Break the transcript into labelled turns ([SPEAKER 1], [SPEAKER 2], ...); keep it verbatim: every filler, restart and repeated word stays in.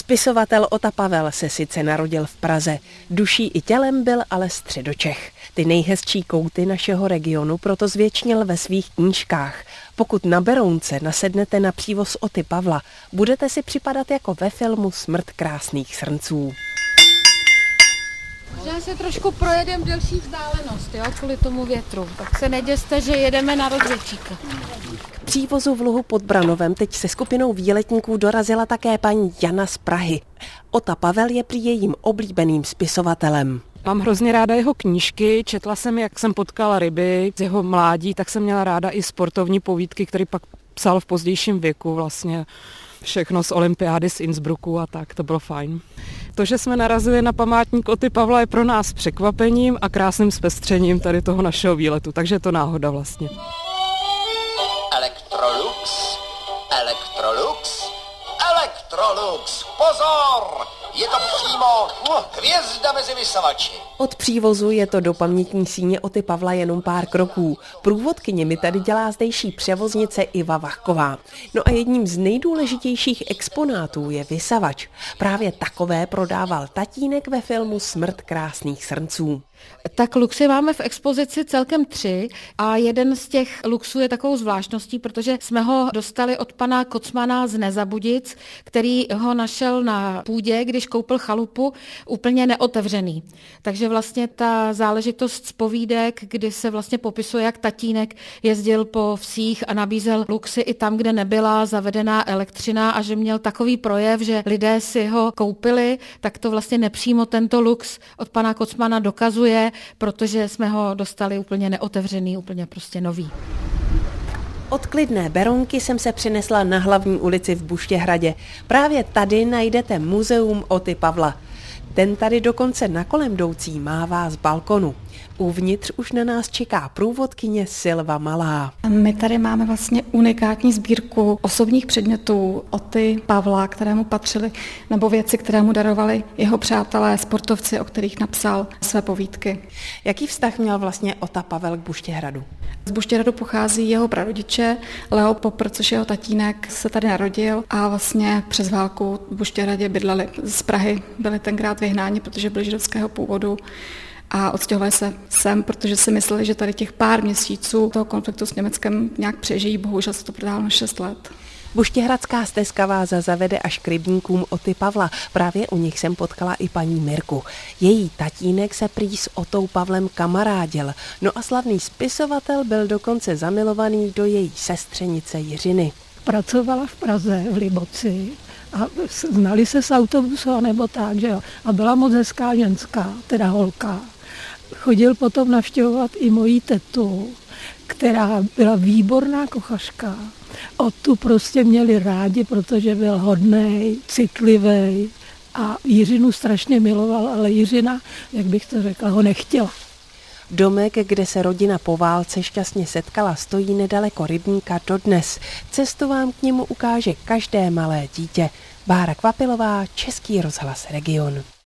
[SPEAKER 1] Spisovatel Ota Pavel se sice narodil v Praze, duší i tělem byl ale středočech. Ty nejhezčí kouty našeho regionu proto zvětšnil ve svých knížkách. Pokud na Berounce nasednete na přívoz Oty Pavla, budete si připadat jako ve filmu Smrt krásných srnců.
[SPEAKER 2] Možná se trošku projedeme delší vzdálenost, jo, kvůli tomu větru. Tak se neděste, že jedeme na Rozvědčíka.
[SPEAKER 1] K přívozu v Luhu pod Branovem teď se skupinou výletníků dorazila také paní Jana z Prahy. Ota Pavel je prý jejím oblíbeným spisovatelem.
[SPEAKER 3] Mám hrozně ráda jeho knížky, četla jsem, jak jsem potkala ryby z jeho mládí, tak jsem měla ráda i sportovní povídky, který pak psal v pozdějším věku vlastně. Všechno z olympiády z Innsbrucku a tak, to bylo fajn. To, že jsme narazili na památník Oty Pavla, je pro nás překvapením a krásným zpestřením tady toho našeho výletu, takže je to náhoda vlastně.
[SPEAKER 4] Electrolux, Electrolux, Electrolux, pozor! Je to přímo hvězda mezi vysavači.
[SPEAKER 1] Od přívozu je to do pamětní síně Oty Pavla jenom pár kroků. Průvodkyně mi tady dělá zdejší převoznice Iva Vachková. No a jedním z nejdůležitějších exponátů je vysavač. Právě takové prodával tatínek ve filmu Smrt krásných srnců.
[SPEAKER 2] Tak luxy máme v expozici celkem tři a jeden z těch luxů je takovou zvláštností, protože jsme ho dostali od pana Kocmana z Nezabudic, který ho našel na půdě, když koupil chalupu, úplně neotevřený. Takže vlastně ta záležitost z povídek, kdy se vlastně popisuje, jak tatínek jezdil po vsích a nabízel luxy i tam, kde nebyla zavedená elektřina a že měl takový projev, že lidé si ho koupili, tak to vlastně nepřímo tento lux od pana Kocmana dokazuje, protože jsme ho dostali úplně neotevřený, úplně prostě nový.
[SPEAKER 1] Od klidné Berounky jsem se přinesla na hlavní ulici v Buštěhradě. Právě tady najdete muzeum Oty Pavla. Ten tady dokonce na kolem jdoucí mává z balkonu. Uvnitř už na nás čeká průvodkyně Silva Malá.
[SPEAKER 5] My tady máme vlastně unikátní sbírku osobních předmětů Oty Pavla, kterému patřily, nebo věci, které mu darovali jeho přátelé, sportovci, o kterých napsal své povídky.
[SPEAKER 1] Jaký vztah měl vlastně Ota Pavel k Buštěhradu?
[SPEAKER 5] Z Buštěhradu pochází jeho prarodiče, Leo Popr, což jeho tatínek, se tady narodil a vlastně přes válku v Buštěhradě bydleli. Z Prahy byli tenkrát vyhnáni, protože byli židovského původu a odstěhovali se sem, protože si mysleli, že tady těch pár měsíců toho konfliktu s Německem nějak přežijí, bohužel se to prodávalo na šest let.
[SPEAKER 1] Buštěhradská stezka vás zavede až k rybníkům Oty Pavla. Právě u nich jsem potkala i paní Mirku. Její tatínek se prý s Otou Pavlem kamarádil. No a slavný spisovatel byl dokonce zamilovaný do její sestřenice Jiřiny.
[SPEAKER 6] Pracovala v Praze, v Liboci a znali se z autobusu nebo tak, že jo. A byla moc hezká ženská, teda holka. Chodil potom navštěvovat i mojí tetu, která byla výborná kuchařka. Otu prostě měli rádi, protože byl hodnej, citlivý a Jiřinu strašně miloval, ale Jiřina, jak bych to řekla, ho nechtěla.
[SPEAKER 1] Domek, kde se rodina po válce šťastně setkala, stojí nedaleko rybníka dodnes. Cestu vám k němu ukáže každé malé dítě. Bára Kvapilová, Český rozhlas Region.